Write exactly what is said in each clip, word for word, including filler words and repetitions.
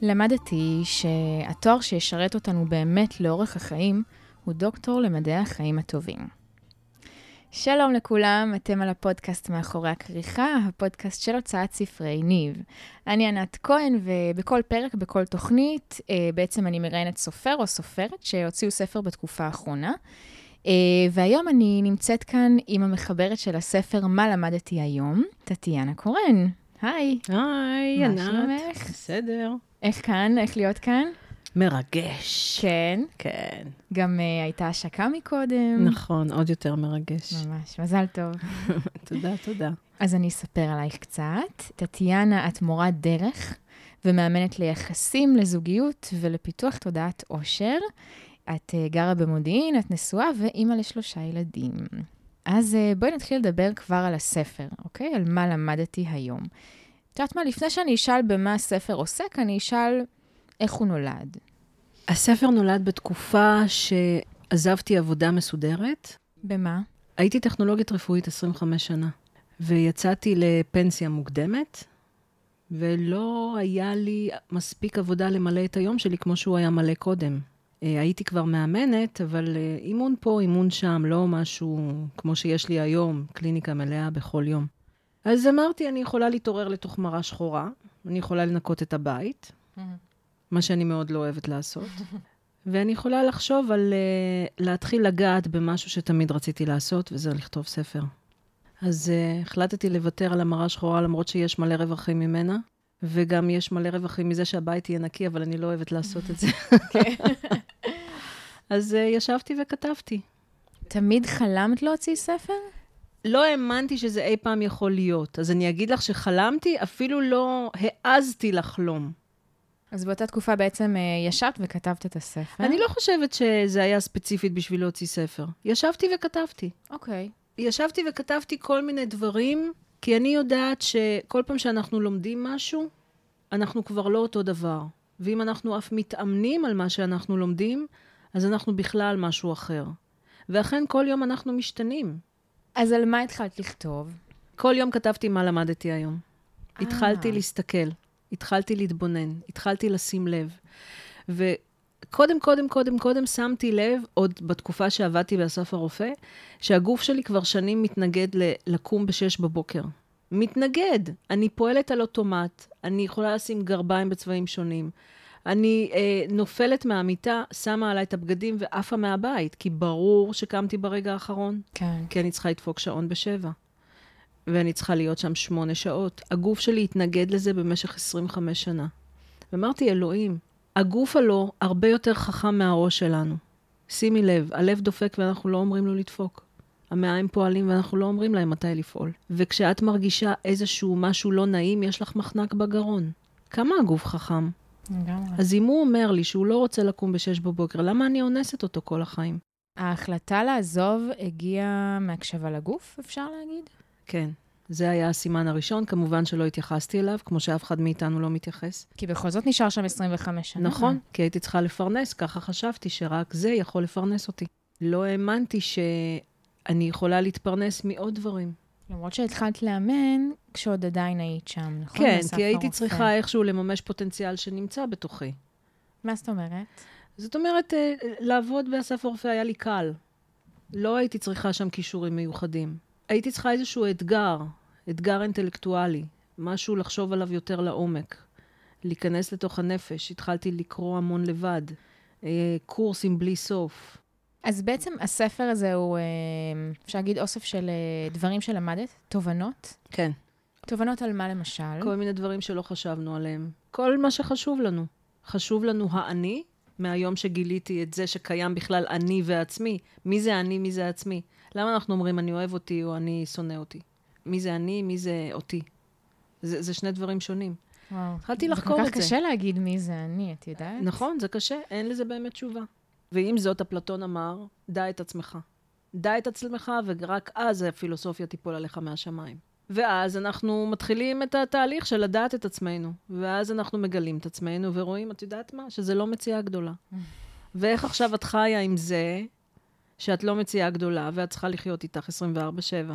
למדתי שהתואר שישרת אותנו באמת לאורך החיים הוא דוקטור למדעי החיים הטובים. שלום לכולם, אתם על הפודקאסט מאחורי הכריכה, הפודקאסט של הוצאת ספרי ניב. אני ענת כהן, ובכל פרק, בכל תוכנית, בעצם אני מראיינת סופר או סופרת שהוציאו ספר בתקופה האחרונה. והיום אני נמצאת כאן עם המחברת של הספר מה למדתי היום, טטיאנה קורן. היי. היי, ענת. מה שלומך? בסדר. איך כאן? איך להיות כאן? מרגש. כן. כן. גם uh, הייתה השקה מקודם. נכון, עוד יותר מרגש. ממש, מזל טוב. תודה, תודה. אז אני אספר עלייך קצת. טטיאנה, את מורת דרך ומאמנת ליחסים, לזוגיות ולפיתוח תודעת עושר. את uh, גרה במודיעין, את נשואה ואימא לשלושה ילדים. אז uh, בואי נתחיל לדבר כבר על הספר, אוקיי? על מה למדתי היום. את יודעת מה? לפני שאני אשאל במה הספר עוסק, אני אשאל איך הוא נולד. הספר נולד בתקופה שעזבתי עבודה מסודרת. במה? הייתי טכנולוגית רפואית עשרים וחמש שנה, ויצאתי לפנסיה מוקדמת, ולא היה לי מספיק עבודה למלא את היום שלי כמו שהוא היה מלא קודם. הייתי כבר מאמנת, אבל אימון פה, אימון שם, לא משהו כמו שיש לי היום, קליניקה מלאה בכל יום. אז אמרתי, אני יכולה להתעורר לתוך מראה שחורה, אני יכולה לנקות את הבית, מה שאני מאוד לא אוהבת לעשות, ואני יכולה לחשוב על uh, להתחיל לגעת במשהו שתמיד רציתי לעשות, וזה לכתוב ספר. אז uh, החלטתי לוותר על המראה שחורה, למרות שיש מלא רווחים ממנה, וגם יש מלא רווחים מזה שהבית יהיה נקי, אבל אני לא אוהבת לעשות את זה. אז uh, ישבתי וכתבתי. תמיד חלמת להוציא ספר? לא האמנתי שזה אי פעם יכול להיות. אז אני אגיד לך שחלמתי, אפילו לא העזתי לחלום. אז באותה תקופה בעצם ישבת וכתבת את הספר? אני לא חושבת שזה היה ספציפית בשביל להוציא ספר. ישבתי וכתבתי. אוקיי. ישבתי וכתבתי כל מיני דברים, כי אני יודעת שכל פעם שאנחנו לומדים משהו, אנחנו כבר לא אותו דבר. ואם אנחנו אף מתאמנים על מה שאנחנו לומדים, אז אנחנו בכלל משהו אחר. ואכן כל יום אנחנו משתנים. אז על מה התחלת לכתוב? כל יום כתבתי מה למדתי היום. התחלתי להסתכל, התחלתי להתבונן, התחלתי לשים לב. וקודם, קודם, קודם, קודם שמתי לב, עוד בתקופה שעבדתי באסף הרופא, שהגוף שלי כבר שנים מתנגד לקום בשש בבוקר. מתנגד. אני פועלת על אוטומט, אני יכולה לשים גרביים בצבעים שונים. אני אה, נופלת מהמיטה, שמה עליי את הבגדים ועפה מהבית, כי ברור שקמתי ברגע האחרון. כן. כי אני צריכה לדפוק שעון בשבע. ואני צריכה להיות שם שמונה שעות. הגוף שלי התנגד לזה במשך עשרים וחמש שנה. ואמרתי, אלוהים, הגוף הלא הרבה יותר חכם מהראש שלנו. שימי לב, הלב דופק ואנחנו לא אומרים לו לדפוק. המעיים פועלים ואנחנו לא אומרים להם מתי לפעול. וכשאת מרגישה איזשהו משהו לא נעים, יש לך מחנק בגרון. כמה הגוף חכם? לגמרי. אז אם הוא אומר לי שהוא לא רוצה לקום בשש בבוקר, למה אני אונסת אותו כל החיים? ההחלטה לעזוב הגיעה מהקשבה לגוף, אפשר להגיד? כן. זה היה הסימן הראשון, כמובן שלא התייחסתי אליו, כמו שאף אחד מאיתנו לא מתייחס. כי בכל זאת נשאר שם עשרים וחמש שנה. נכון, כי הייתי צריכה לפרנס, ככה חשבתי שרק זה יכול לפרנס אותי. לא האמנתי שאני יכולה להתפרנס מעוד דברים. למרות שהתחלת לאמן כשעוד עדיין היית שם, נכון? כן, כי הייתי צריכה איכשהו לממש פוטנציאל שנמצא בתוכי. מה זאת אומרת? זאת אומרת, לעבוד באסף הרופא היה לי קל. לא הייתי צריכה שם כישורים מיוחדים. הייתי צריכה איזשהו אתגר, אתגר אינטלקטואלי, משהו לחשוב עליו יותר לעומק, להיכנס לתוך הנפש. התחלתי לקרוא המון לבד, קורסים בלי סוף. אז בעצם הספר הזה הוא, אפשר להגיד, אוסף של דברים שלמדת, תובנות? כן. תובנות על מה למשל? כל מיני דברים שלא חשבנו עליהם. כל מה שחשוב לנו. חשוב לנו האני, מהיום שגיליתי את זה שקיים בכלל אני ועצמי. מי זה אני, מי זה עצמי? למה אנחנו אומרים אני אוהב אותי או אני שונא אותי? מי זה אני, מי זה אותי? זה, זה שני דברים שונים. וואו. התחלתי לחקור את זה. זה כל כך קשה להגיד מי זה אני, את יודעת? נכון, זה קשה, אין לזה באמת תשובה. ועם זאת, אפלטון אמר, דע את עצמך. דע את עצמך, ורק אז הפילוסופיה תיפול עליך מהשמיים. ואז אנחנו מתחילים את התהליך של לדעת את עצמנו. ואז אנחנו מגלים את עצמנו ורואים, את יודעת מה? שזה לא מציאה גדולה. ואיך עכשיו את חיה עם זה, שאת לא מציאה גדולה, ואת צריכה לחיות איתך עשרים וארבע שבע.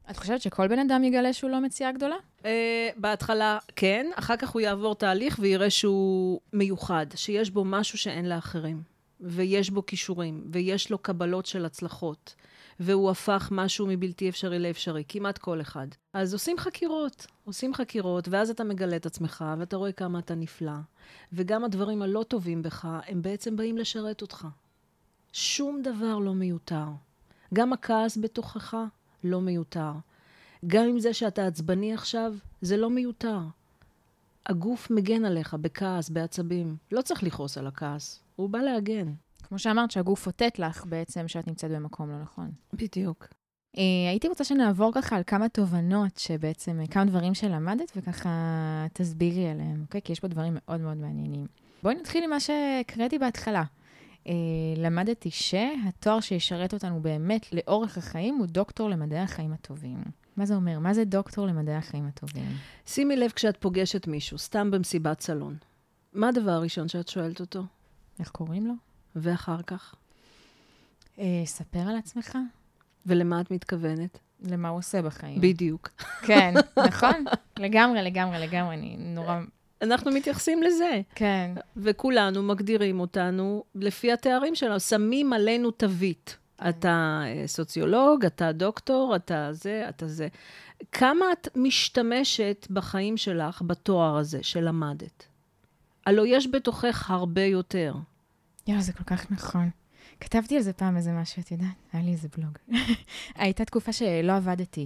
את חושבת שכל בן אדם יגלה שהוא לא מציאה גדולה? Uh, בהתחלה כן, אחר כך הוא יעבור תהליך ויראה שהוא מיוחד, שיש בו משהו שאין לאחרים, ויש בו כישורים, ויש לו קבלות של הצלחות, והוא הפך משהו מבלתי אפשרי לאפשרי, כמעט כל אחד. אז עושים חקירות, עושים חקירות, ואז אתה מגלה את עצמך, ואתה רואה כמה אתה נפלא, וגם הדברים הלא טובים בך, הם בעצם באים לשרת אותך. שום דבר לא מיותר. גם הכעס בתוכך לא מיותר. גם עם זה שאתה עצבני עכשיו, זה לא מיותר. הגוף מגן עליך בכעס, בעצבים. לא צריך לכעוס על הכעס, הוא בא להגן. כמו שאמרת, שהגוף אותת לך בעצם שאת נמצאת במקום לא נכון. בדיוק. הייתי רוצה שנעבור ככה על כמה תובנות שבעצם, כמה דברים שלמדת וככה תסבירי עליהם, אוקיי? כי יש פה דברים מאוד מאוד מעניינים. בואי נתחיל עם מה שקראתי בהתחלה. למדתי שהתואר שישרת אותנו באמת לאורך החיים הוא דוקטור למדעי החיים הטובים. מה זה אומר? מה זה דוקטור למדעי החיים הטובים? שימי לב כשאת פוגשת מישהו, סתם במסיבת סלון. מה הדבר הראשון שאת שואלת אותו? איך קוראים לו? ואחר כך? אה, ספר על עצמך. ולמה את מתכוונת? למה הוא עושה בחיים. בדיוק. כן, נכון? לגמרי, לגמרי, לגמרי. אני נורא... אנחנו מתייחסים לזה. כן. וכולנו מגדירים אותנו לפי התארים שלנו, שמים עלינו תווית. אתה סוציולוג, אתה דוקטור, אתה זה, אתה זה. כמה את משתמשת בחיים שלך בתואר הזה שלמדת? הלוא יש בתוכך הרבה יותר. יאללה, זה כל כך נכון. כתבתי על זה פעם איזה משהו, את יודעת? היה לי איזה בלוג. הייתה תקופה שלא עבדתי.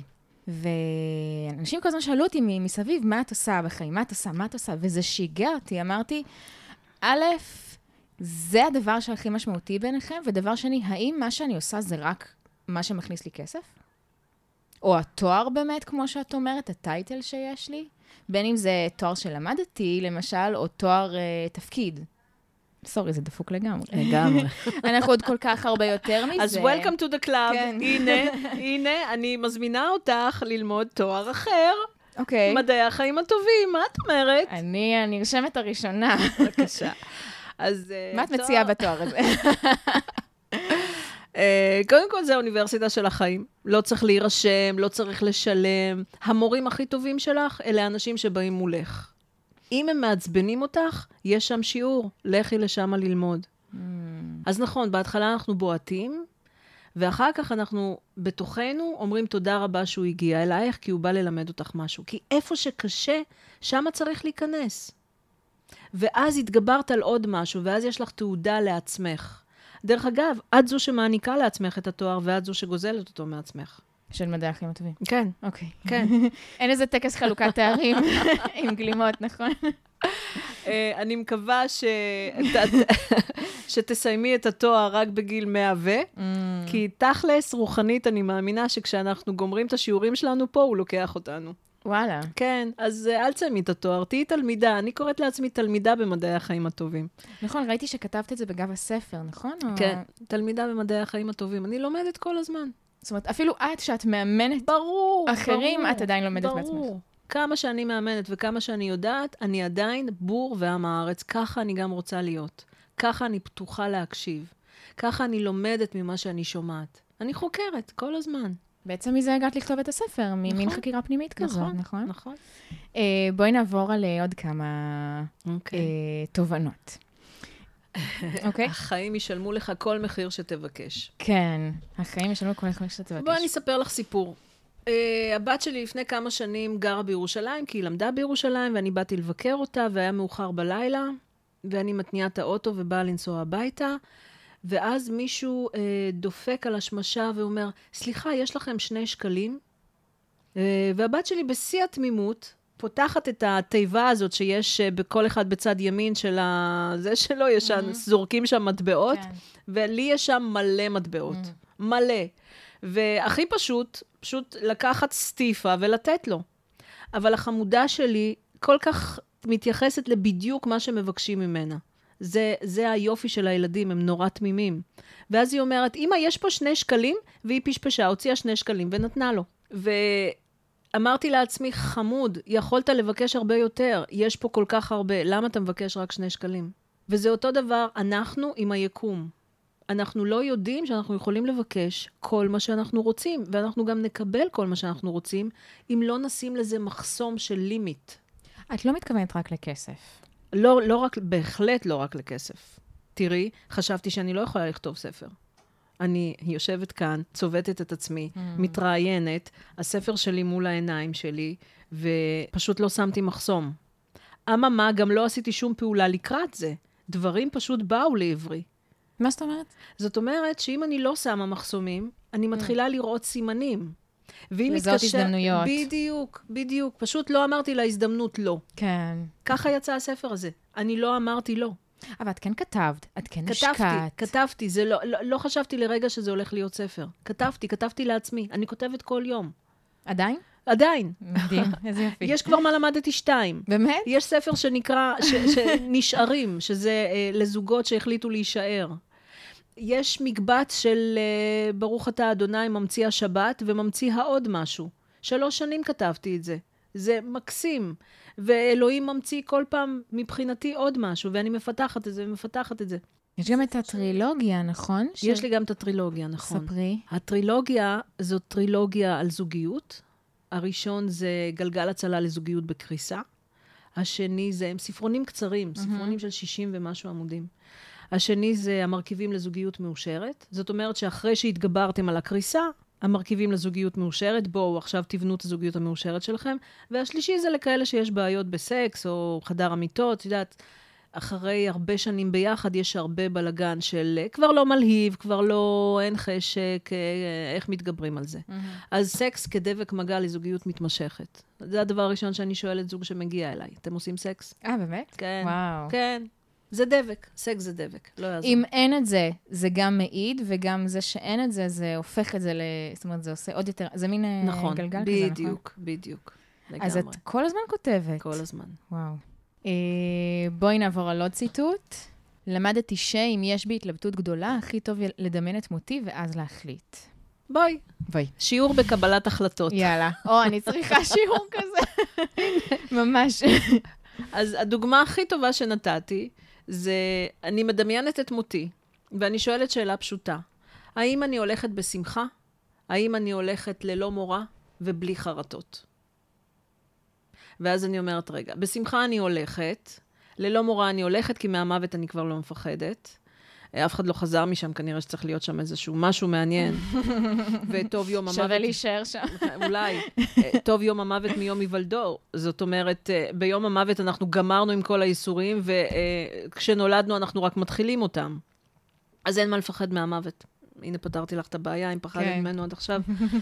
ואנשים כל הזמן שאלו אותי מסביב, מה את עושה בחיים? מה את עושה? מה את עושה? וזה שיגע אותי. אמרתי, א', זה הדבר שהכי משמעותי ביניכם, ודבר שני, האם מה שאני עושה זה רק מה שמכניס לי כסף? או התואר באמת, כמו שאת אומרת, הטייטל שיש לי? בין אם זה תואר שלמדתי, למשל, או תואר uh, תפקיד. סורי, זה דפוק לגמרי. לגמרי. אנחנו עוד כל כך הרבה יותר מזה. אז welcome to the club. כן. הנה, הנה, אני מזמינה אותך ללמוד תואר אחר. אוקיי. מדעי החיים הטובים, מה את אומרת? אני הנרשמת הראשונה. בבקשה. אז... מה את מציעה בתואר הזה? קודם כל זה האוניברסיטה של החיים. לא צריך להירשם, לא צריך לשלם. המורים הכי טובים שלך, אלה האנשים שבאים מולך. אם הם מעצבנים אותך, יש שם שיעור. לכי לשם ללמוד. Mm. אז נכון, בהתחלה אנחנו בועטים, ואחר כך אנחנו בתוכנו אומרים תודה רבה שהוא הגיע אלייך, כי הוא בא ללמד אותך משהו. כי איפה שקשה, שם צריך להיכנס. ואז התגברת על עוד משהו, ואז יש לך תעודה לעצמך. דרך אגב, את זו שמעניקה לעצמך את התואר, ואת זו שגוזלת אותו מעצמך. של מדעי החיים הטובים. כן. אוקיי. כן. אין איזה טקס חלוקת תארים עם גלימות, נכון? אני מקווה שתסיימי את התואר רק בגיל מאה ו, כי תכלס, רוחנית, אני מאמינה שכשאנחנו גומרים את השיעורים שלנו פה, הוא לוקח אותנו. וואלה. כן, אז אל תסיימי את התואר, תהיי תלמידה. אני קוראת לעצמי תלמידה במדעי החיים הטובים. נכון, ראיתי שכתבת את זה בגב הספר, נכון? כן, תלמידה במדעי החיים הטובים. אני לומדת כל הזמן. זאת אומרת, אפילו את, שאת מאמנת ברור, אחרים, ברור, את עדיין לומדת ברור. בעצמך. כמה שאני מאמנת וכמה שאני יודעת, אני עדיין בור ועם הארץ. ככה אני גם רוצה להיות. ככה אני פתוחה להקשיב. ככה אני לומדת ממה שאני שומעת. אני חוקרת כל הזמן. בעצם מזה הגעת לכתוב את הספר, ממין נכון, חקירה פנימית כזאת, נכון? נכון? נכון. אה, בואי נעבור על עוד כמה אוקיי. אה, תובנות. אוקיי? החיים ישלמו לך כל מחיר שתבקש. כן, החיים ישלמו כל מחיר שתבקש. בואי אני אספר לך סיפור. Uh, הבת שלי לפני כמה שנים גרה בירושלים, כי היא למדה בירושלים, ואני באתי לבקר אותה, והיה מאוחר בלילה, ואני מתניעה את האוטו ובאה לנסוע הביתה, ואז מישהו uh, דופק על השמשה ואומר, סליחה, יש לכם שני שקלים? Uh, והבת שלי בשיא התמימות, פותחת את התיבה הזאת שיש uh, בכל אחד בצד ימין של זה שלו, יש שם, mm-hmm. זורקים שם מטבעות, כן. ולי יש שם מלא מטבעות. Mm-hmm. מלא. והכי פשוט, פשוט לקחת סטיפה ולתת לו. אבל החמודה שלי כל כך מתייחסת לבדיוק מה שמבקשים ממנה. זה, זה היופי של הילדים, הם נורא תמימים. ואז היא אומרת, אמא, יש פה שני שקלים, והיא פשפשה, הוציאה שני שקלים ונתנה לו. ואמרתי לעצמי, חמוד, יכולת לבקש הרבה יותר, יש פה כל כך הרבה, למה אתה מבקש רק שני שקלים? וזה אותו דבר, אנחנו עם היקום. אנחנו לא יודעים שאנחנו יכולים לבקש כל מה שאנחנו רוצים, ואנחנו גם נקבל כל מה שאנחנו רוצים, אם לא נשים לזה מחסום של לימיט. את לא מתכוונת רק לכסף. לא, לא רק, בהחלט לא רק לכסף. תראי, חשבתי שאני לא יכולה לכתוב ספר. אני יושבת כאן, צובטת את עצמי, mm. מתראיינת, הספר שלי מול העיניים שלי, ופשוט לא שמתי מחסום. אממה, גם לא עשיתי שום פעולה לקראת זה. דברים פשוט באו לעברי. מה זאת אומרת? זאת אומרת שאם אני לא שמה מחסומים, אני מתחילה לראות סימנים. לזאת מתקשר... הזדמנויות. בדיוק, בדיוק. פשוט לא אמרתי להזדמנות לא. כן. ככה יצא הספר הזה. אני לא אמרתי לא. אבל את כן כתבת, את כן השקעת. השקעת. כתבתי, כתבתי. זה לא, לא, לא חשבתי לרגע שזה הולך להיות ספר. כתבתי, כתבתי לעצמי. אני כותבת כל יום. עדיין? עדיין. מדהים, איזה יפי. יש כבר מה למדתי שתיים. באמת? יש ספר שנקרא, ש, שנשארים, שזה אה, לזוגות שהחליטו להישאר. יש מקבץ של אה, ברוך אתה אדוני ממציא השבת, וממציא העוד משהו. שלוש שנים כתבתי את זה. זה מקסים. ואלוהים ממציא כל פעם מבחינתי עוד משהו, ואני מפתחת את זה ומפתחת את זה. יש גם את הטרילוגיה, נכון? יש ש... לי גם את הטרילוגיה, נכון. ספרי. הטרילוגיה זאת טרילוגיה על זוגיות. הראשון זה גלגל הצלה לזוגיות בקריסה. השני זה, הם ספרונים קצרים, mm-hmm. ספרונים של שישים ומשהו עמודים. השני זה המרכיבים לזוגיות מאושרת. זאת אומרת שאחרי שהתגברתם על הקריסה, המרכיבים לזוגיות מאושרת, בואו עכשיו תבנו את הזוגיות המאושרת שלכם. והשלישי זה לכאלה שיש בעיות בסקס או חדר אמיתות, יודעת, אחרי הרבה שנים ביחד יש הרבה בלגן של כבר לא מלהיב, כבר לא אין חשק, איך מתגברים על זה. Mm-hmm. אז סקס כדבק מגע לזוגיות מתמשכת. זה הדבר הראשון שאני שואלת זוג שמגיע אליי. אתם עושים סקס? אה, באמת? כן. וואו. כן. זה דבק. סקס זה דבק. לא יעזור. אם אין את זה, זה גם מעיד, וגם זה שאין את זה, זה הופך את זה ל... זאת אומרת, זה עושה עוד יותר... זה מין נכון, גלגל כזה, נכון? בדיוק, בדיוק. לגמרי. אז את כל הזמן כותבת. כל הזמן. וואו. בואי נעבור על עוד ציטוט. למדתי שאם יש בי התלבטות גדולה, הכי טוב לדמיין את מותי ואז להחליט. בואי. בואי. שיעור בקבלת החלטות. יאללה. או, אני צריכה שיעור כזה. ממש. אז הדוגמה הכי טובה שנתתי, זה אני מדמיינת את מותי, ואני שואלת שאלה פשוטה. האם אני הולכת בשמחה? האם אני הולכת ללא מורא ובלי חרטות? ואז אני אומרת, רגע, בשמחה אני הולכת, ללא מורא אני הולכת, כי מהמוות אני כבר לא מפחדת. אף אחד לא חזר משם, כנראה שצריך להיות שם איזשהו משהו מעניין. וטוב יום המוות... שווה להישאר שם. אולי. טוב יום המוות מיום היוולדו. זאת אומרת, ביום המוות אנחנו גמרנו עם כל האיסורים, וכשנולדנו אנחנו רק מתחילים אותם. אז אין מה לפחד מהמוות. הנה פתרתי לך את הבעיה, אם פחדת ממנו עד עכשיו.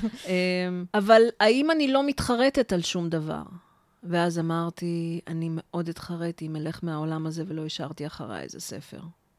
אבל האם אני לא מתחרטת על שום דבר? ואז אמרתי, אני מאוד התחרטתי אם אלך מהעולם הזה ולא השארתי אחריי איזה ספר.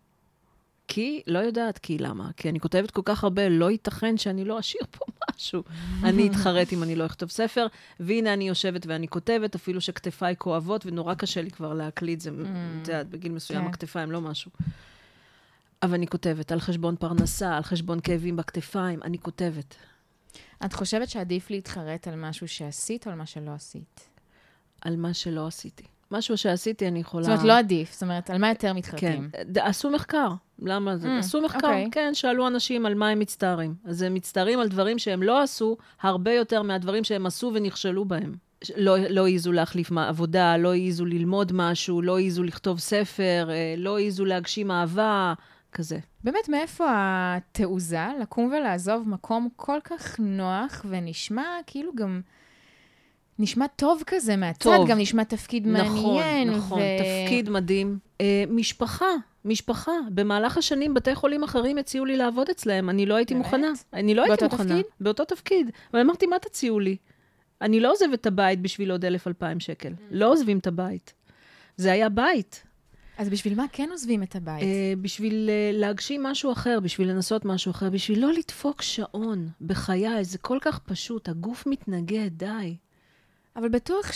כי, לא יודעת כי למה, כי אני כותבת כל כך הרבה, לא ייתכן שאני לא אשאיר פה משהו. אני אתחרט אם אני לא אכתוב ספר, והנה אני יושבת ואני כותבת, אפילו שכתפיי כואבות, ונורא קשה לי כבר להקליט, זה, את יודעת, בגיל מסוים הכתפיים, לא משהו. אבל אני כותבת על חשבון פרנסה, על חשבון כאבים בכתפיים, אני כותבת. את חושבת שעדיף להתחרט על משהו שעשית או על מה שלא עשית? על מה שלא עשיתי. משהו שעשיתי, אני יכולה... זאת אומרת, לא עדיף. זאת אומרת, על מה יותר מתחרטים? כן. עשו מחקר. למה זה? עשו מחקר. כן, שאלו אנשים על מה הם מצטערים. אז הם מצטערים על דברים שהם לא עשו, הרבה יותר מהדברים שהם עשו ונכשלו בהם. לא, לא העיזו להחליף עבודה, לא העיזו ללמוד משהו, לא העיזו לכתוב ספר, לא העיזו להגשים אהבה, כזה. באמת, מאיפה התעוזה לקום ולעזוב מקום כל כך נוח ונשמע כאילו גם... נשמע טוב כזה מהצד, טוב. גם נשמע תפקיד נכון, מעניין. נכון, נכון, ו... תפקיד מדהים. אה, משפחה, משפחה. במהלך השנים בתי חולים אחרים הציעו לי לעבוד אצלהם, אני לא הייתי באמת? מוכנה. אני לא הייתי מוכנה. תפקיד? באותו תפקיד. אבל אמרתי, מה תציעו לי? אני לא עוזבת את הבית בשביל עוד אלף אלפיים שקל. Mm. לא עוזבים את הבית. זה היה בית. אז בשביל מה כן עוזבים את הבית? אה, בשביל אה, להגשים משהו אחר, בשביל לנסות משהו אחר, בשביל לא לדפוק שעון בחיי. זה כל כך פשוט. הגוף מתנגד, די. אבל בטוח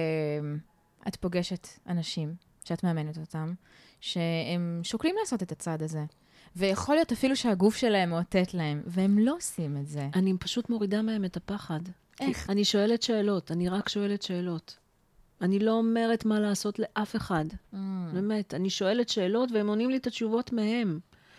שאת פוגשת אנשים, שאת מאמנת אותם, שהם שוקלים לעשות את הצעד הזה. ויכול להיות אפילו שהגוף שלהם מאותת להם, והם לא עושים את זה. אני פשוט מורידה מהם את הפחד. איך? אני שואלת שאלות, אני רק שואלת שאלות. אני לא אומרת מה לעשות לאף אחד. Mm. באמת, אני שואלת שאלות והם עונים לי את התשובות מהם.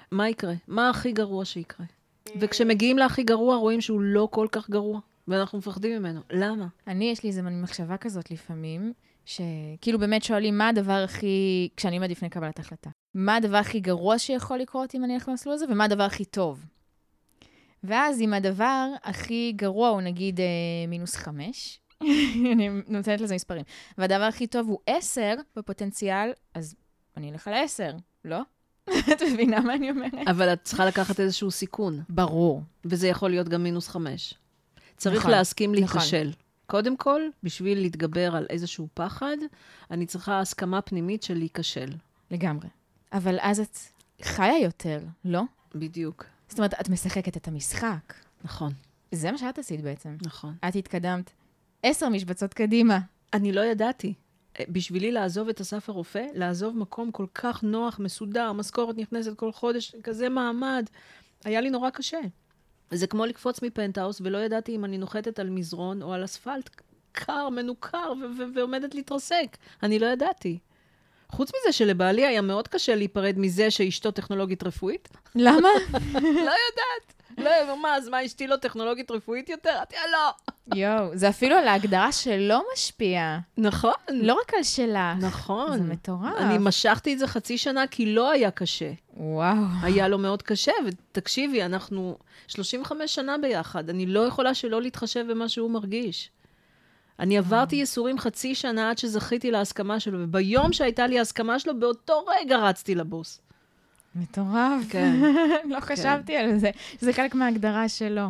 מה יקרה? מה הכי גרוע שיקרה? וכשמגיעים להכי גרוע, רואים שהוא לא כל כך גרוע, ואנחנו מפחדים ממנו. למה? אני, יש לי איזו מחשבה כזאת לפעמים, שכאילו באמת שואלים מה הדבר הכי, כשאני עומד לפני קבלת החלטה, מה הדבר הכי גרוע שיכול לקרות אם אני אלך במסלול הזה, ומה הדבר הכי טוב. ואז אם הדבר הכי גרוע הוא נגיד אה, מינוס חמש, אני נותנת לזה מספרים, והדבר הכי טוב הוא עשר בפוטנציאל, אז אני אלך על עשר, לא? את מבינה מה אני אומרת? אבל את צריכה לקחת איזשהו סיכון. ברור. וזה יכול להיות גם מינוס חמש. צריך נכון, להסכים נכון. להיכשל. קודם כל, בשביל להתגבר על איזשהו פחד, אני צריכה הסכמה פנימית של להיכשל. לגמרי. אבל אז את חיה יותר, לא? בדיוק. זאת אומרת, את משחקת את המשחק. נכון. זה מה שאת עשית בעצם. נכון. את התקדמת עשר משבצות קדימה. אני לא ידעתי. בשבילי לעזוב את אסף הרופא, לעזוב מקום כל כך נוח, מסודר, משכורת נכנסת כל חודש, כזה מעמד, היה לי נורא קשה. זה כמו לקפוץ מפנטהאוס, ולא ידעתי אם אני נוחתת על מזרון או על אספלט קר, מנוכר, ו- ו- ועומדת להתרסק. אני לא ידעתי. חוץ מזה שלבעלי היה מאוד קשה להיפרד מזה שאשתו טכנולוגית רפואית. למה? לא יודעת. לא, מה, אז מה, אשתי לא טכנולוגית רפואית יותר? אמרתי, לא. יואו, זה אפילו על ההגדרה שלא משפיע. נכון. לא רק על שלך. נכון. זה מטורף. אני משכתי את זה חצי שנה, כי לא היה קשה. וואו. היה לו מאוד קשה, ותקשיבי, אנחנו שלושים וחמש שנה ביחד. אני לא יכולה שלא להתחשב במה שהוא מרגיש. אני עברתי ייסורים חצי שנה עד שזכיתי להסכמה שלו, וביום שהייתה לי ההסכמה שלו, באותו רגע רצתי לבוס. מטורף. כן. לא חשבתי על זה. זה חלק מההגדרה שלו.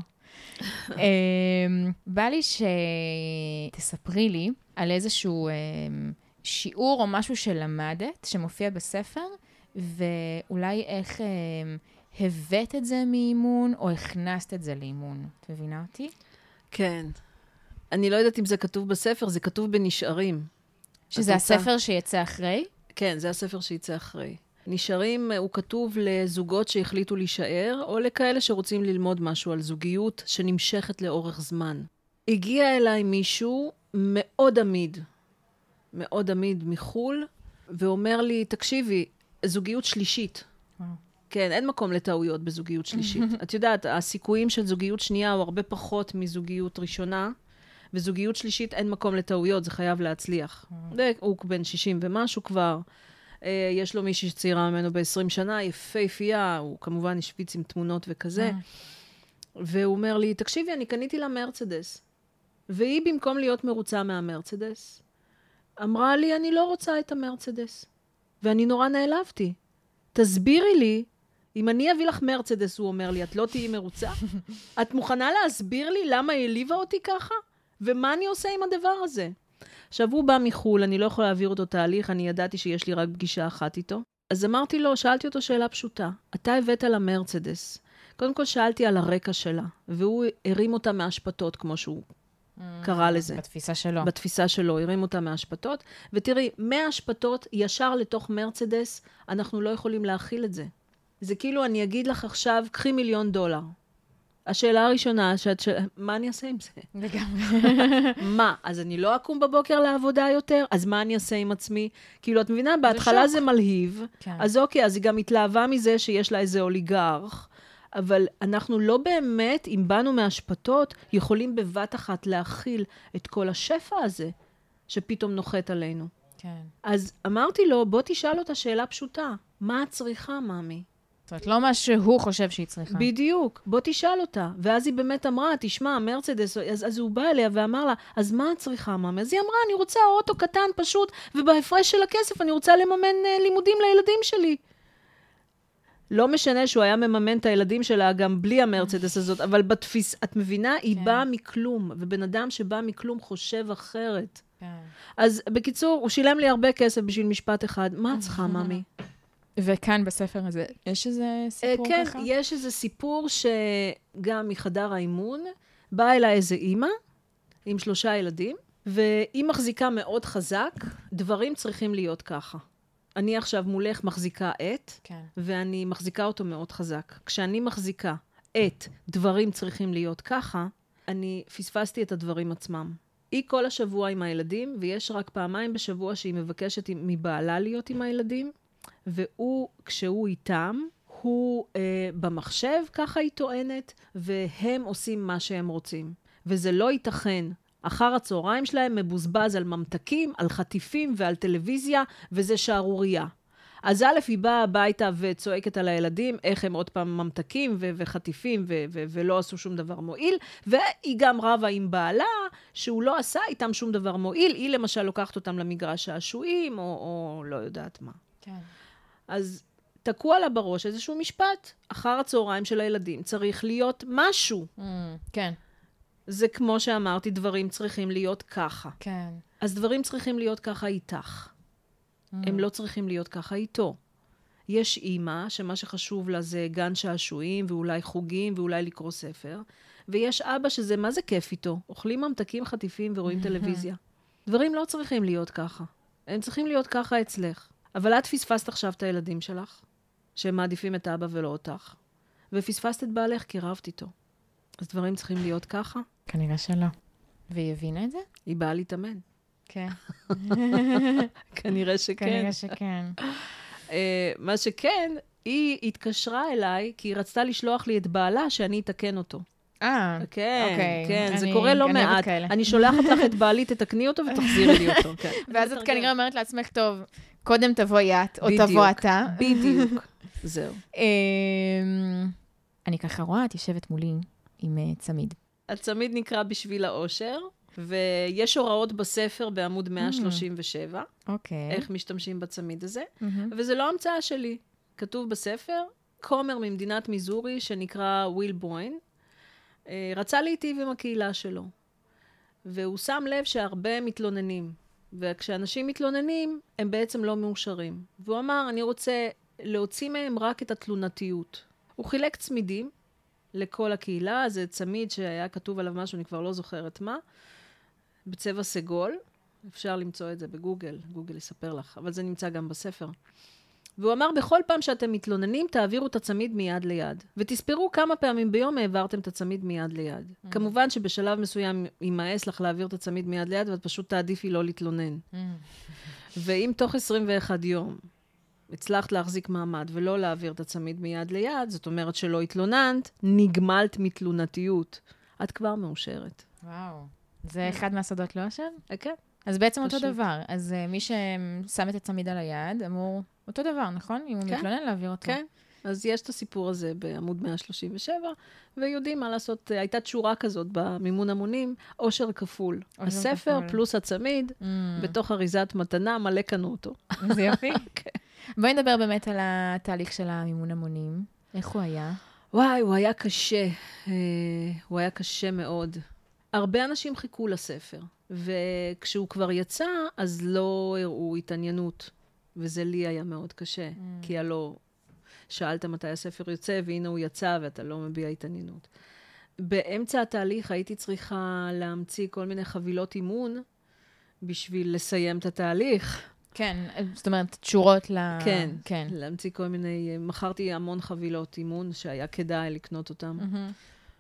בא לי שתספרי לי על איזשהו שיעור או משהו שלמדת, שמופיע בספר, ואולי איך הבאת את זה מאימון, או הכנסת את זה לאימון. את מבינה אותי? כן. אני לא יודעת אם זה כתוב בספר, זה כתוב בנשארים. שזה הספר שיצא אחרי? כן, זה הספר שיצא אחרי. נשארים, הוא כתוב לזוגות שהחליטו להישאר, או לכאלה שרוצים ללמוד משהו על זוגיות שנמשכת לאורך זמן. הגיע אליי מישהו מאוד עמיד, מאוד עמיד מחול, ואומר לי, תקשיבי, זוגיות שלישית. וואו. כן, אין מקום לטעויות בזוגיות שלישית. את יודעת, הסיכויים של זוגיות שנייה הוא הרבה פחות מזוגיות ראשונה, וזוגיות שלישית אין מקום לטעויות, זה חייב להצליח. הוא בן שישים ומשהו כבר, יש לו מישהי שצעירה ממנו ב-עשרים שנה, יפהפייה, הוא כמובן השפיץ עם תמונות וכזה, והוא אומר לי, תקשיבי, אני קניתי לה מרצדס, והיא במקום להיות מרוצה מהמרצדס, אמרה לי, אני לא רוצה את המרצדס, ואני נורא נעלבתי. תסבירי לי, אם אני אביא לך מרצדס, הוא אומר לי, את לא תהיי מרוצה? את מוכנה להסביר לי למה היא העליבה אותי ככה? ומה אני עושה עם הדבר הזה? עכשיו, הוא בא מחול, אני לא יכולה להעביר אותו תהליך, אני ידעתי שיש לי רק פגישה אחת איתו. אז אמרתי לו, שאלתי אותו שאלה פשוטה. אתה הבאת לה מרצדס. קודם כל שאלתי על הרקע שלה, והוא הרים אותה מהשפטות, כמו שהוא קרא לזה. בתפיסה שלו. בתפיסה שלו, הרים אותה מהשפטות. ותראי, מהשפטות ישר לתוך מרצדס, אנחנו לא יכולים להכיל את זה. זה כאילו, אני אגיד לך עכשיו, קחי מיליון דולר. השאלה הראשונה, שאת ש... מה אני אעשה עם זה? לגמרי. מה? אז אני לא אקום בבוקר לעבודה יותר? אז מה אני אעשה עם עצמי? כאילו, את מבינה, בהתחלה זה מלהיב, כן. אז אוקיי, אז היא גם התלהבה מזה שיש לה איזה אוליגרך, אבל אנחנו לא באמת, אם באנו מהשפטות, יכולים בבת אחת להכיל את כל השפע הזה, שפתאום נוחת עלינו. כן. אז אמרתי לו, בוא תשאל אותה שאלה פשוטה, מה את צריכה, מאמי? זאת אומרת, לא מה שהוא חושב שהיא צריכה. בדיוק, בוא תשאל אותה. ואז היא באמת אמרה, תשמע, מרצדס, אז, אז הוא בא אליה ואמר לה, אז מה את צריכה, מאמי? אז היא אמרה, אני רוצה אוטו קטן פשוט, ובהפרש של הכסף אני רוצה לממן uh, לימודים לילדים שלי. לא משנה שהוא היה מממן את הילדים שלה גם בלי המרצדס הזאת, אבל בתפיס, את מבינה, היא כן. באה מכלום, ובן אדם שבא מכלום חושב אחרת. כן. אז בקיצור, הוא שילם לי הרבה כסף בשביל משפט אחד, מה את צריכה, מאמי? וכאן בספר הזה, יש איזה סיפור כן, ככה? כן, יש איזה סיפור שגם מחדר האימון, באה אליי איזה אימא, עם שלושה ילדים, והיא מחזיקה מאוד חזק, דברים צריכים להיות ככה. אני עכשיו מולך מחזיקה את, כן. ואני מחזיקה אותו מאוד חזק. כשאני מחזיקה את, דברים צריכים להיות ככה, אני פספסתי את הדברים עצמם. היא כל השבוע עם הילדים, ויש רק פעמיים בשבוע שהיא מבקשת מבעלה להיות עם הילדים, והוא, כשהוא איתם, הוא אה, במחשב, ככה היא טוענת, והם עושים מה שהם רוצים. וזה לא ייתכן. אחר הצהריים שלהם מבוזבז על ממתקים, על חטיפים ועל טלוויזיה, וזה שערוריה. אז א' היא באה הביתה וצועקת על הילדים, איך הם עוד פעם ממתקים ו- וחטיפים ו- ו- ולא עשו שום דבר מועיל, והיא גם רבה עם בעלה, שהוא לא עשה איתם שום דבר מועיל, היא למשל לוקחת אותם למגרש שעשועים, או, או לא יודעת מה. כן. אז תקוע לה בראש איזשהו משפט, אחר הצהריים של הילדים צריך להיות משהו. Mm, כן. זה כמו שאמרתי, דברים צריכים להיות ככה. כן. אז דברים צריכים להיות ככה איתך. Mm. הם לא צריכים להיות ככה איתו. יש אימא שמה שחשוב לה זה גן שעשועים ואולי חוגים ואולי לקרוא ספר, ויש אבא שזה מה זה כיף איתו. אוכלים ממתקים חטיפים ורואים טלוויזיה. דברים לא צריכים להיות ככה. הם צריכים להיות ככה אצלך. אבל את פספסת עכשיו את הילדים שלך, שהם מעדיפים את האבא ולא אותך. ופספסת את בעלך כי רבת איתו. אז דברים צריכים להיות ככה. כנראה שלא. והיא הבינה את זה? היא באה להתאמן. כן. כנראה שכן. כנראה שכן. uh, מה שכן, היא התקשרה אליי, כי היא רצתה לשלוח לי את בעלה שאני אתקן אותו. אה, כן, אוקיי. כן, זה אני- קורה לא אני אוהבת מעט. כאלה. אני שולחת לך את בעלי, תתקני אותו ותחזירי לי אותו. כן. ואז את כנראה אומרת לעצמך, טוב, קודם תבואי את, או בדיוק. תבוא אתה. בדיוק. זהו. אמ, אני ככה רואה, את יושבת מולי עם אה, צמיד. הצמיד נקרא בשביל האושר, ויש הוראות בספר בעמוד מאה שלושים ושבע, אוקיי. איך משתמשים בצמיד הזה, מהמם. וזה לא המצאה שלי. כתוב בספר, כומר ממדינת מיזורי שנקרא וויל בוין, אה, רצה להיטיב עם הקהילה שלו, והוא שם לב שהרבה מתלוננים, וכשאנשים מתלוננים, הם בעצם לא מאושרים. והוא אמר, אני רוצה להוציא מהם רק את התלונתיות. הוא חילק צמידים לכל הקהילה, זה צמיד שהיה כתוב עליו משהו, אני כבר לא זוכרת מה, בצבע סגול, אפשר למצוא את זה בגוגל, גוגל יספר לך, אבל זה נמצא גם בספר. והוא אמר, בכל פעם שאתם מתלוננים, תעבירו את הצמיד מיד ליד. ותספרו כמה פעמים ביום העברתם את הצמיד מיד ליד. Mm. כמובן שבשלב מסוים יימאס לך להעביר את הצמיד מיד ליד, ואת פשוט תעדיפי לא להתלונן. Mm. ואם תוך עשרים ואחד יום הצלחת להחזיק מעמד ולא להעביר את הצמיד מיד ליד, זאת אומרת שלא התלוננת, נגמלת מתלונתיות. את כבר מאושרת. וואו. זה אחד מהסודות לא עכשיו? כן. אז בעצם אותו פשוט. דבר. אז uh, מי ששם את הצמיד על היד, אמור אותו דבר, נכון? אם הוא כן. מתלונן, להעביר אותו. כן. אז יש את הסיפור הזה בעמוד מאה שלושים ושבע, ויודעים מה לעשות. הייתה תשורה כזאת במימון המונים, עושר כפול. עושר הספר כפול. פלוס הצמיד, Mm. בתוך אריזת מתנה, מלא קנו אותו. זה יופי. כן. בואי נדבר באמת על התהליך של המימון המונים. איך הוא היה? וואי, הוא היה קשה. אה, הוא היה קשה מאוד. הרבה אנשים חיכו לספר, וכשהוא כבר יצא, אז לא הראו התעניינות. וזה לי היה מאוד קשה, Mm. כי הלא שאלת מתי הספר יוצא, והנה הוא יצא, ואתה לא מביע התעניינות. באמצע התהליך הייתי צריכה להמציא כל מיני חבילות אימון, בשביל לסיים את התהליך. כן, זאת אומרת, תשורות ל... כן, כן. להמציא כל מיני, מכרתי המון חבילות אימון, שהיה כדאי לקנות אותם. מהמם.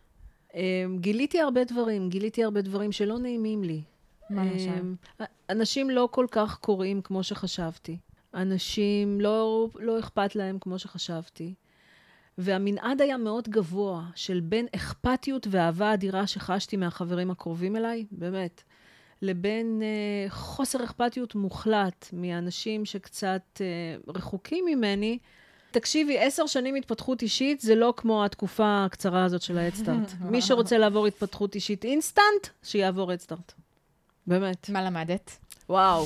גיליתי הרבה דברים, גיליתי הרבה דברים שלא נעימים לי. מה למשל? אנשים לא כל כך קוראים כמו שחשבתי. אנשים לא, לא אכפת להם כמו שחשבתי. והמנעד היה מאוד גבוה של בין אכפתיות ואהבה אדירה שחשתי מהחברים הקרובים אליי, באמת, לבין אה, חוסר אכפתיות מוחלט מאנשים שקצת אה, רחוקים ממני. תקשיבי, עשר שנים התפתחות אישית, זה לא כמו התקופה הקצרה הזאת של ההדסטארט. מי שרוצה לעבור התפתחות אישית אינסטנט, שיעבור הדסטארט. באמת. מה למדת? וואו.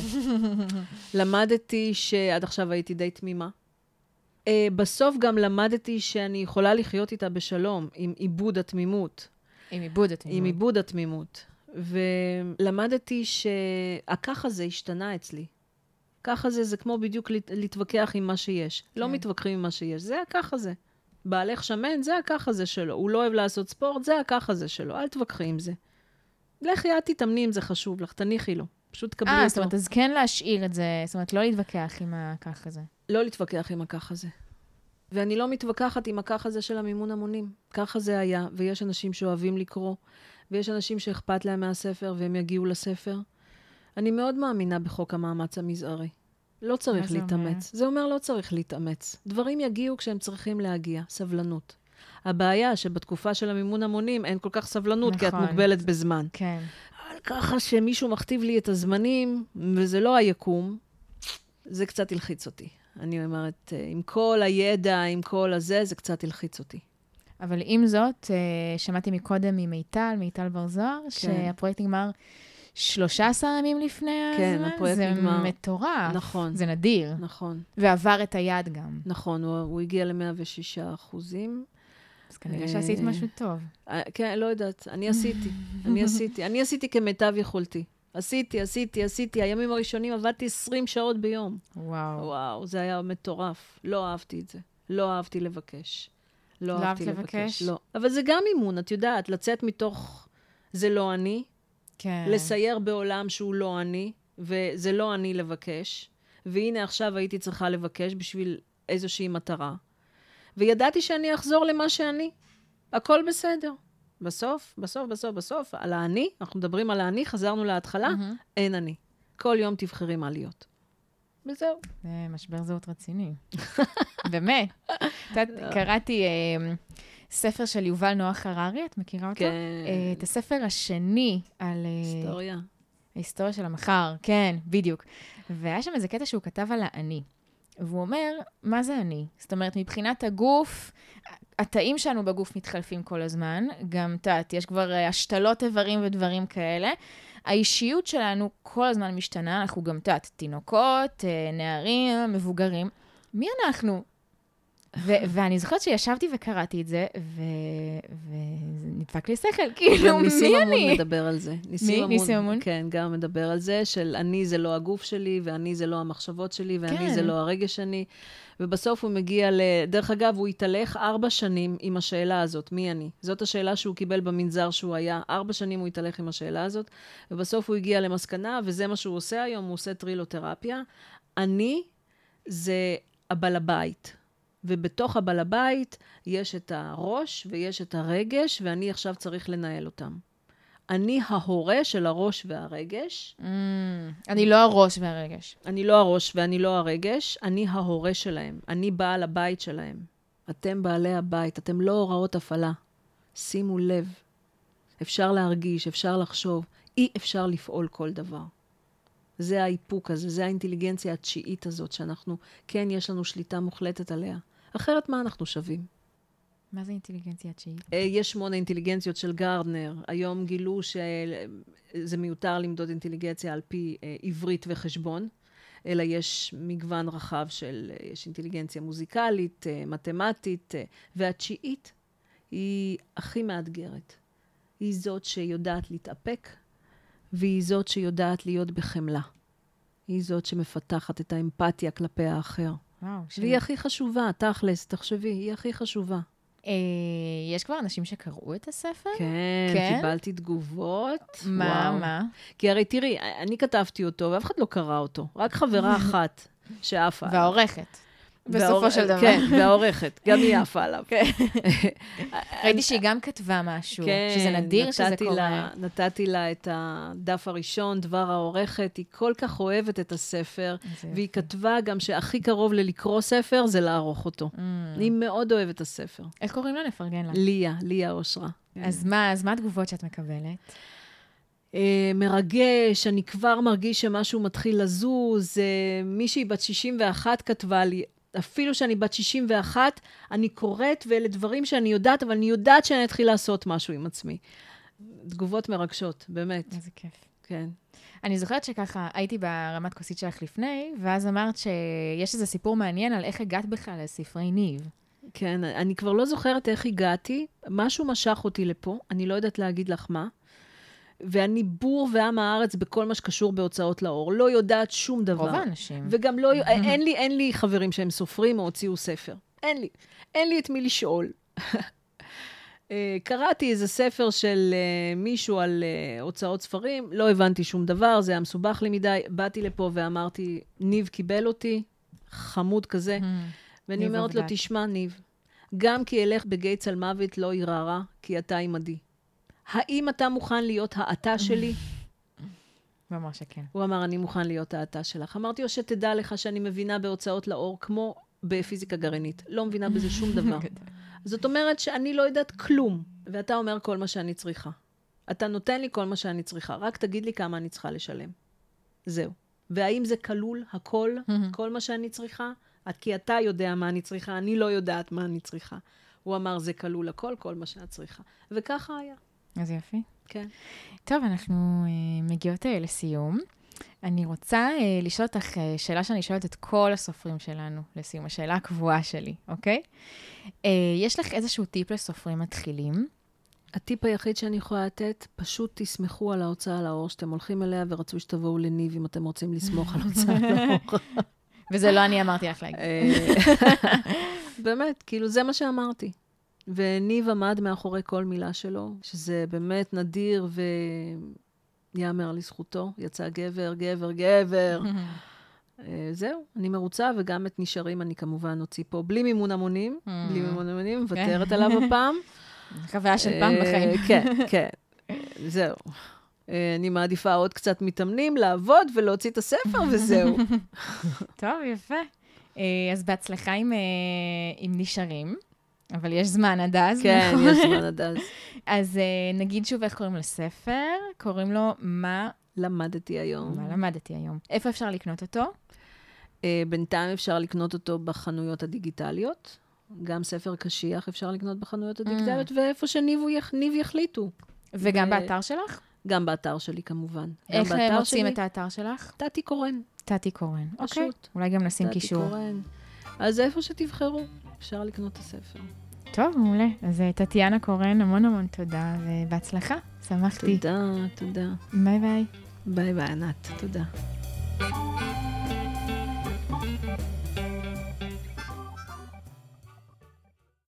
למדתי שעד עכשיו הייתי די תמימה. Uh, בסוף גם למדתי שאני יכולה לחיות איתה בשלום, עם עיבוד התמימות. עם עיבוד התמימות. עם עיבוד התמימות. ולמדתי שהכך הזה השתנה אצלי. ככה זה, זה כמו בדיוק לת, להתווכח עם מה שיש. כן. לא מתווכחים עם מה שיש, זה הכך הזה. בעלך שמן, זה הכך הזה שלו. הוא לא אוהב לעשות ספורט, זה הכך הזה שלו. אל תווכחי עם זה. לכי, את תתאמני אם זה חשוב לך, תניחי לו. פשוט קבלי אותו. אה, זאת אומרת, אז כן להשאיר את זה, זאת אומרת, לא להתווכח עם הכך הזה. לא להתווכח עם הכך הזה. ואני לא מתווכחת עם הכך הזה של המימון המונים. ככה זה היה, ויש אנשים שאוהבים לקרוא, ויש אנשים שאכפת להם מהספר, והם יגיעו לספר. אני מאוד מאמינה בחוק המאמץ המזערי. לא צריך זה להתאמץ. אומר? זה אומר לא צריך להתאמץ. דברים יגיעו כשהם צריכים להגיע, סבלנות. הבעיה שבתקופה של המימון המונים אין כל כך סבלנות, כי את נכון. מוגבלת בזמן. כן. אבל ככה שמישהו מכתיב לי את הזמנים, וזה לא היקום, זה קצת הלחיץ אותי. אני אומרת, עם כל הידע, עם כל הזה, זה קצת הלחיץ אותי. אבל עם זאת, אה, שמעתי מקודם ממיטל, מיטל בר זוהר, שהפרויקט נגמר שלושה עשר ימים לפני כן, הזמן. הפרויקט זה נגמר. מטורף. נכון. זה נדיר. נכון. ועבר את היד גם. נכון, הוא, הוא הגיע ל-מאה ושישה אחוזים. אז כנראה שעשית משהו טוב. כן, לא יודעת. אני עשיתי. אני עשיתי. אני עשיתי כמיטב יכולתי. עשיתי, עשיתי, עשיתי. הימים הראשונים עבדתי עשרים שעות ביום. וואו. וואו, זה היה מטורף. לא אהבתי את זה. לא אהבתי לבקש. לא לא אהבתי אהבת לבקש. לבקש? לא. אבל זה גם אימון, את יודעת, לצאת מתוך זה לא אני, כן. לסייר בעולם שהוא לא אני, וזה לא אני לבקש. והנה עכשיו הייתי צריכה לבקש בשביל איזושהי מטרה. וידעתי שאני אחזור למה שאני. הכל בסדר. בסוף, בסוף, בסוף, בסוף, על האני, אנחנו מדברים על האני, חזרנו להתחלה, מהמם. אין אני. כל יום תבחרי מה להיות. וזהו. זה משבר זהות רציני. באמת. את יודעת, קראתי אה, ספר של יובל נוח הררי, את מכירה אותו? כן. אה, את הספר השני על... אה, היסטוריה. ההיסטוריה של המחר, כן, בדיוק. והיה שם איזה קטע שהוא כתב על האני. והוא אומר, מה זה אני? זאת אומרת, מבחינת הגוף, התאים שלנו בגוף מתחלפים כל הזמן, גם, תעת, יש כבר אה, השתלות איברים ודברים כאלה. האישיות שלנו כל הזמן משתנה, אנחנו גם, תעת, תינוקות, אה, נערים, מבוגרים. מי אנחנו? ו- ואני זוכרת שישבתי וקראתי את זה, וזה נדפק לי שכל, כאילו, מי ניסים אני? אמון מדבר על זה. מי? ניסים אמון? כן, גם מדבר על זה, של אני זה לא הגוף שלי, ואני זה לא המחשבות שלי, ואני כן. זה לא הרגש שלי. ובסוף הוא מגיע ל... דרך אגב, הוא התהלך ארבע שנים עם השאלה הזאת, מי אני? זאת השאלה שהוא קיבל במנזר שהוא היה. ארבע שנים הוא התהלך עם השאלה הזאת, ובסוף הוא הגיע למסקנה, וזה מה שהוא עושה היום, הוא עושה טרילותרפיה. אני זה הבעל הבית. ובתוך הבעל הבית יש את הראש ויש את הרגש, ואני עכשיו צריך לנהל אותם. אני ההורה של הראש והרגש. Mm, אני לא הראש והרגש. אני לא הראש ואני לא הרגש, אני ההורה שלהם. אני בעל הבית שלהם. אתם בעלי הבית, אתם לא הוראות הפעלה. שימו לב. אפשר להרגיש, אפשר לחשוב. אי אפשר לפעול כל דבר. זה האיפוק הזה, זה האינטליגנציה התשיעית הזאת, שאנחנו, כן, יש לנו שליטה מוחלטת עליה. אחרת מה אנחנו שווים? מה זה אינטליגנציה תשיעית? יש שמונה אינטליגנציות של גרדנר. היום גילו שזה מיותר למדוד אינטליגנציה על פי עברית וחשבון, אלא יש מגוון רחב של, יש אינטליגנציה מוזיקלית, מתמטית, והתשיעית היא הכי מאתגרת. היא זאת שיודעת להתאפק, והיא זאת שיודעת להיות בחמלה. היא זאת שמפתחת את האמפתיה כלפי האחר. וואו, והיא הכי חשובה, תכלס, תחשבי, היא הכי חשובה. אה, יש כבר אנשים שקראו את הספר? כן, כן? קיבלתי תגובות. מה, וואו. מה? כי הרי תראי, אני כתבתי אותו, ואף אחד לא קרא אותו. רק חברה אחת שעפה עליו. והעורכת. בסופו והעור- של דבר. כן, והעורכת, גם היא עפה עליו. ראיתי שהיא גם כתבה משהו, כן, שזה נדיר שזה נתתי קורה. לה, נתתי לה את הדף הראשון, דבר העורכת, היא כל כך אוהבת את הספר, איזה והיא יופי. כתבה גם שהכי קרוב ללקרוא ספר זה לערוך אותו. Mm. היא מאוד אוהבת את הספר. איך קוראים לה? נפרגן לה. ליה, ליה אושרה. אז מה, אז מה התגובות שאת מקבלת? אה, מרגש, אני כבר מרגיש שמשהו מתחיל לזוז. אה, מישהי בת שישים ואחת כתבה לי, אפילו שאני בת שישים ואחת, אני קוראת, ואלה דברים שאני יודעת, אבל אני יודעת שאני אתחיל לעשות משהו עם עצמי. תגובות מרגשות, באמת. איזה כיף. כן. אני זוכרת שככה הייתי ברמת כוסית שלך לפני, ואז אמרת שיש איזה סיפור מעניין על איך הגעת בכלל לספרי ניב. כן, אני כבר לא זוכרת איך הגעתי, משהו משך אותי לפה, אני לא יודעת להגיד לך מה, ואני בור ועם הארץ בכל מה שקשור בהוצאות לאור, לא יודעת שום דבר. רוב האנשים. וגם לא, אין לי, אין לי חברים שהם סופרים או הוציאו ספר. אין לי. אין לי את מי לשאול. קראתי איזה ספר של מישהו על הוצאות ספרים, לא הבנתי שום דבר, זה היה מסובך לי מדי, באתי לפה ואמרתי, ניב קיבל אותי, חמוד כזה, ואני ניב אומרת לו, עבדת. תשמע ניב, גם כי אלך בגיא צל מוות לא ירערה, כי אתה עמדי. האם אתה מוכן להיות האתה שלי? הוא אמר שכן. הוא אמר, אני מוכן להיות האתה שלך. אמרתי לו שתדע לך שאני מבינה בהוצאות לאור, כמו בפיזיקה גרעינית. לא מבינה בזה שום דבר. זאת אומרת שאני לא יודעת כלום, ואתה אומר כל מה שאני צריכה. אתה נותן לי כל מה שאני צריכה, רק תגיד לי כמה אני צריכה לשלם. זהו. והאם זה כלול, הכל, כל מה שאני צריכה? כי אתה יודע מה אני צריכה, אני לא יודעת מה אני צריכה. הוא אמר, זה כלול הכל, כל מה שאת צריכה. וככה היה. אז יופי. כן. טוב, אנחנו uh, מגיעות uh, לסיום. אני רוצה uh, לשאול אותך uh, שאלה שאני שואלת את כל הסופרים שלנו לסיום, השאלה הקבועה שלי, אוקיי? Uh, יש לך איזשהו טיפ לסופרים מתחילים? הטיפ היחיד שאני יכולה לתת, פשוט תסמכו על ההוצאה לאור שאתם הולכים אליה, ורצו שתבואו לניב אם אתם רוצים לסמוך על ההוצאה לאור. וזה לא אני אמרתי לך להגיד. באמת, כאילו זה מה שאמרתי. וניב עמד מאחורי כל מילה שלו, שזה באמת נדיר ויאמר לזכותו. יצא גבר, גבר, גבר. זהו, אני מרוצה, וגם את נשארים אני כמובן הוציא פה, בלי מימון המונים, בלי מימון המונים, מוותרת עליו הפעם. חוויה של פעם בחיים. כן, כן, זהו. אני מעדיפה עוד קצת מתאמנים, לעבוד ולהוציא את הספר, וזהו. טוב, יפה. אז בהצלחה עם, עם נשארים, אבל יש זמן עד אז. כן, יש זמן עד אז. אז נגיד שוב איך קוראים לספר, קוראים לו מה... למדתי היום. מה למדתי היום. איפה אפשר לקנות אותו? בינתיים אפשר לקנות אותו בחנויות הדיגיטליות. גם ספר קשיח אפשר לקנות בחנויות הדיגיטליות, ואיפה שניב יחליטו. וגם באתר שלך? גם באתר שלי, כמובן. איך מוצאים את האתר שלך? תתי קורן. תתי קורן, אוקיי. פשוט. אולי גם נשים קישור. תתי קורן. אז איפה שתבחרו, אפשר לקנות את הספר. טוב, מעולה. אז טטיאנה קורן, המון המון תודה, ובהצלחה. שמחתי. תודה, תודה. ביי ביי. ביי ביי, ענת. תודה.